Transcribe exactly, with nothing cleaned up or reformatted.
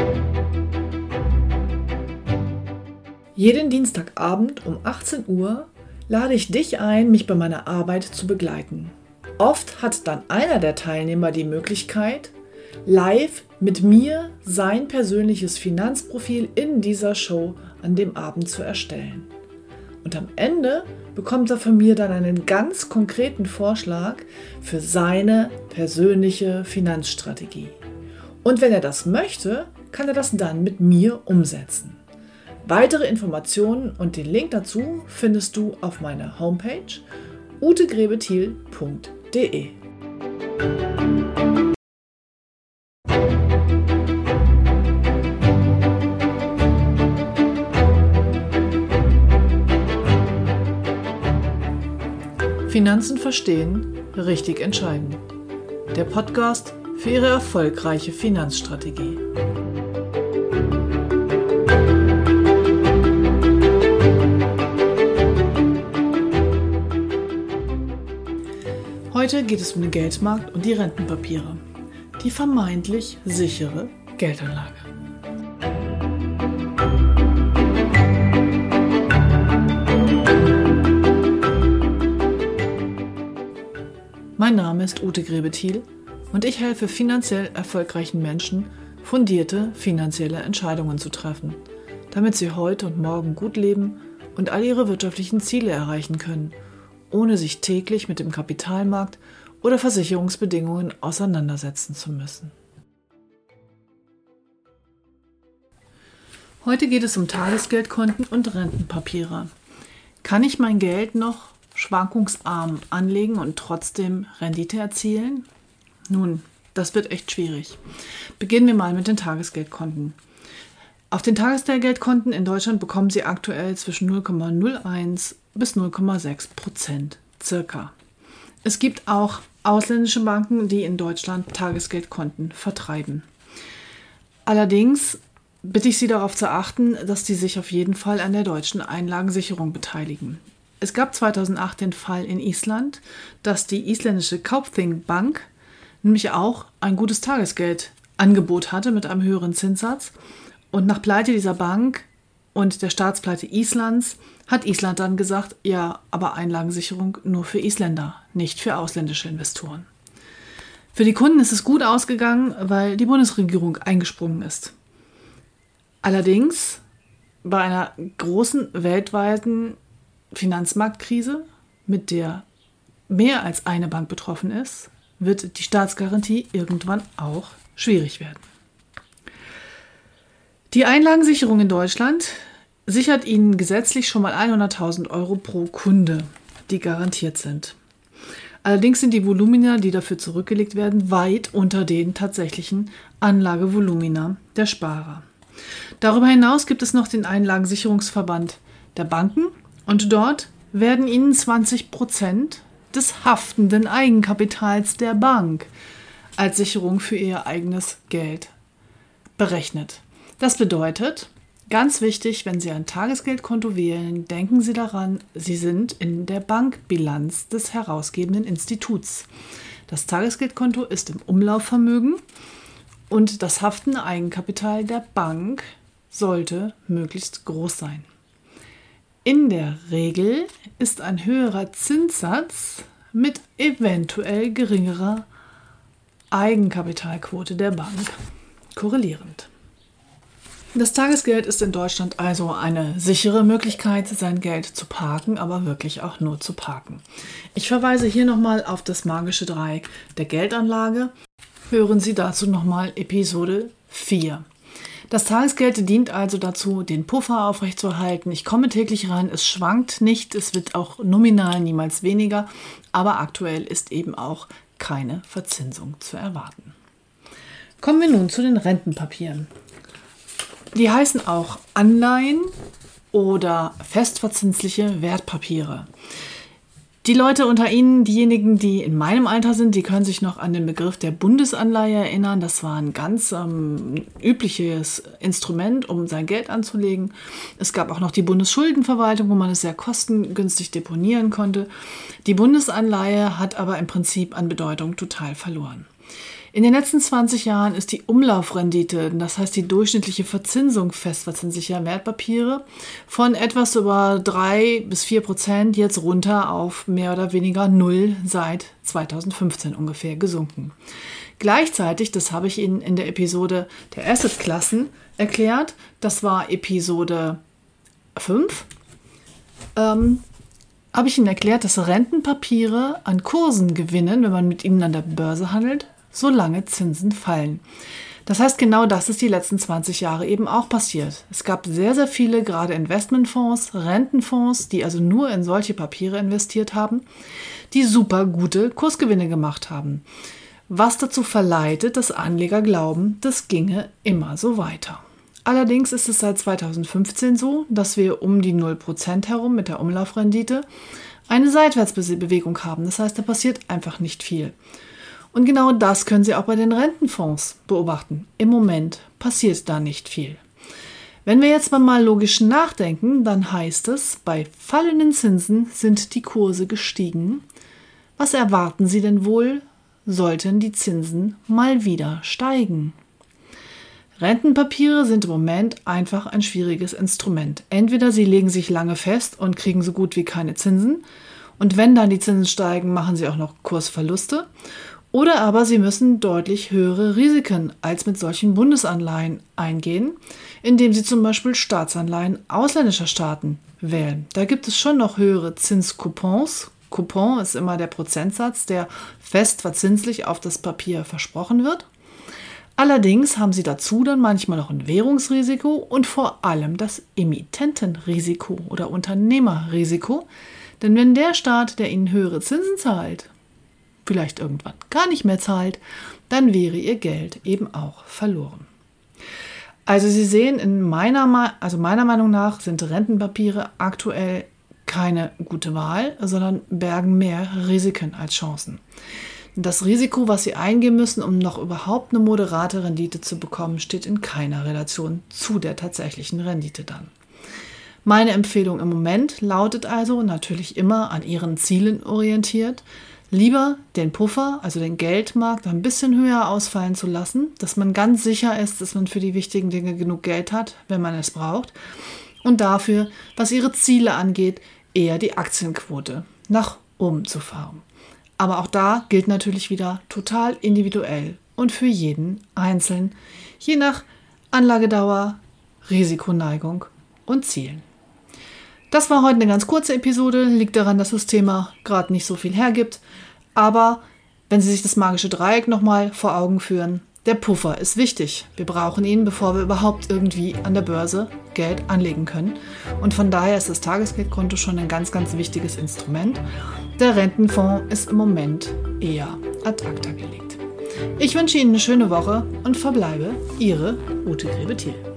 Jeden Dienstagabend um achtzehn Uhr lade ich dich ein, mich bei meiner Arbeit zu begleiten. Oft hat dann einer der Teilnehmer die Möglichkeit, live mit mir sein persönliches Finanzprofil in dieser Show an dem Abend zu erstellen. Und am Ende bekommt er von mir dann einen ganz konkreten Vorschlag für seine persönliche Finanzstrategie. Und wenn er das möchte, kann er das dann mit mir umsetzen. Weitere Informationen und den Link dazu findest du auf meiner Homepage ute grebethiel punkt de. Finanzen verstehen, richtig entscheiden. Der Podcast für Ihre erfolgreiche Finanzstrategie. Heute geht es um den Geldmarkt und die Rentenpapiere, die vermeintlich sichere Geldanlage. Mein Name ist Ute Grebethiel und ich helfe finanziell erfolgreichen Menschen, fundierte finanzielle Entscheidungen zu treffen, damit sie heute und morgen gut leben und all ihre wirtschaftlichen Ziele erreichen können, ohne sich täglich mit dem Kapitalmarkt oder Versicherungsbedingungen auseinandersetzen zu müssen. Heute geht es um Tagesgeldkonten und Rentenpapiere. Kann ich mein Geld noch schwankungsarm anlegen und trotzdem Rendite erzielen? Nun, das wird echt schwierig. Beginnen wir mal mit den Tagesgeldkonten. Auf den Tagesgeldkonten in Deutschland bekommen Sie aktuell zwischen null Komma null eins bis null Komma sechs Prozent circa. Es gibt auch ausländische Banken, die in Deutschland Tagesgeldkonten vertreiben. Allerdings bitte ich Sie darauf zu achten, dass die sich auf jeden Fall an der deutschen Einlagensicherung beteiligen. Es gab zweitausendacht den Fall in Island, dass die isländische Kaupthing Bank nämlich auch ein gutes Tagesgeldangebot hatte mit einem höheren Zinssatz. Und nach Pleite dieser Bank und der Staatspleite Islands hat Island dann gesagt, ja, aber Einlagensicherung nur für Isländer, nicht für ausländische Investoren. Für die Kunden ist es gut ausgegangen, weil die Bundesregierung eingesprungen ist. Allerdings bei einer großen weltweiten Finanzmarktkrise, mit der mehr als eine Bank betroffen ist, wird die Staatsgarantie irgendwann auch schwierig werden. Die Einlagensicherung in Deutschland sichert Ihnen gesetzlich schon mal hunderttausend Euro pro Kunde, die garantiert sind. Allerdings sind die Volumina, die dafür zurückgelegt werden, weit unter den tatsächlichen Anlagevolumina der Sparer. Darüber hinaus gibt es noch den Einlagensicherungsverband der Banken und dort werden Ihnen zwanzig Prozent des haftenden Eigenkapitals der Bank als Sicherung für Ihr eigenes Geld berechnet. Das bedeutet, ganz wichtig, wenn Sie ein Tagesgeldkonto wählen, denken Sie daran, Sie sind in der Bankbilanz des herausgebenden Instituts. Das Tagesgeldkonto ist im Umlaufvermögen und das haftende Eigenkapital der Bank sollte möglichst groß sein. In der Regel ist ein höherer Zinssatz mit eventuell geringerer Eigenkapitalquote der Bank korrelierend. Das Tagesgeld ist in Deutschland also eine sichere Möglichkeit, sein Geld zu parken, aber wirklich auch nur zu parken. Ich verweise hier nochmal auf das magische Dreieck der Geldanlage. Hören Sie dazu nochmal Episode vier. Das Tagesgeld dient also dazu, den Puffer aufrechtzuerhalten. Ich komme täglich rein, es schwankt nicht, es wird auch nominal niemals weniger, aber aktuell ist eben auch keine Verzinsung zu erwarten. Kommen wir nun zu den Rentenpapieren. Die heißen auch Anleihen oder festverzinsliche Wertpapiere. Die Leute unter Ihnen, diejenigen, die in meinem Alter sind, die können sich noch an den Begriff der Bundesanleihe erinnern. Das war ein ganz ähm, übliches Instrument, um sein Geld anzulegen. Es gab auch noch die Bundesschuldenverwaltung, wo man es sehr kostengünstig deponieren konnte. Die Bundesanleihe hat aber im Prinzip an Bedeutung total verloren. In den letzten zwanzig Jahren ist die Umlaufrendite, das heißt die durchschnittliche Verzinsung festverzinslicher Wertpapiere, von etwas über drei bis vier Prozent jetzt runter auf mehr oder weniger null seit zweitausendfünfzehn ungefähr gesunken. Gleichzeitig, das habe ich Ihnen in der Episode der Assetklassen erklärt, das war Episode fünf, ähm, habe ich Ihnen erklärt, dass Rentenpapiere an Kursen gewinnen, wenn man mit ihnen an der Börse handelt, solange Zinsen fallen. Das heißt, genau das ist die letzten zwanzig Jahre eben auch passiert. Es gab sehr, sehr viele, gerade Investmentfonds, Rentenfonds, die also nur in solche Papiere investiert haben, die super gute Kursgewinne gemacht haben. Was dazu verleitet, dass Anleger glauben, das ginge immer so weiter. Allerdings ist es seit zweitausendfünfzehn so, dass wir um die null Prozent herum mit der Umlaufrendite eine Seitwärtsbewegung haben. Das heißt, da passiert einfach nicht viel. Und genau das können Sie auch bei den Rentenfonds beobachten. Im Moment passiert da nicht viel. Wenn wir jetzt mal logisch nachdenken, dann heißt es, bei fallenden Zinsen sind die Kurse gestiegen. Was erwarten Sie denn wohl, sollten die Zinsen mal wieder steigen? Rentenpapiere sind im Moment einfach ein schwieriges Instrument. Entweder sie legen sich lange fest und kriegen so gut wie keine Zinsen, und wenn dann die Zinsen steigen, machen sie auch noch Kursverluste, oder aber sie müssen deutlich höhere Risiken als mit solchen Bundesanleihen eingehen, indem sie zum Beispiel Staatsanleihen ausländischer Staaten wählen. Da gibt es schon noch höhere Zinscoupons. Coupon ist immer der Prozentsatz, der fest verzinslich auf das Papier versprochen wird. Allerdings haben sie dazu dann manchmal noch ein Währungsrisiko und vor allem das Emittentenrisiko oder Unternehmerrisiko. Denn wenn der Staat, der ihnen höhere Zinsen zahlt, vielleicht irgendwann gar nicht mehr zahlt, dann wäre ihr Geld eben auch verloren. Also Sie sehen, in meiner, also meiner Meinung nach sind Rentenpapiere aktuell keine gute Wahl, sondern bergen mehr Risiken als Chancen. Das Risiko, was Sie eingehen müssen, um noch überhaupt eine moderate Rendite zu bekommen, steht in keiner Relation zu der tatsächlichen Rendite dann. Meine Empfehlung im Moment lautet also, natürlich immer an Ihren Zielen orientiert, lieber den Puffer, also den Geldmarkt, ein bisschen höher ausfallen zu lassen, dass man ganz sicher ist, dass man für die wichtigen Dinge genug Geld hat, wenn man es braucht, und dafür, was Ihre Ziele angeht, eher die Aktienquote nach oben zu fahren. Aber auch da gilt natürlich wieder total individuell und für jeden einzeln, je nach Anlagedauer, Risikoneigung und Zielen. Das war heute eine ganz kurze Episode, liegt daran, dass das Thema gerade nicht so viel hergibt. Aber wenn Sie sich das magische Dreieck nochmal vor Augen führen, der Puffer ist wichtig. Wir brauchen ihn, bevor wir überhaupt irgendwie an der Börse Geld anlegen können. Und von daher ist das Tagesgeldkonto schon ein ganz, ganz wichtiges Instrument. Der Rentenfonds ist im Moment eher ad acta gelegt. Ich wünsche Ihnen eine schöne Woche und verbleibe Ihre Ute Grebe-Thiel.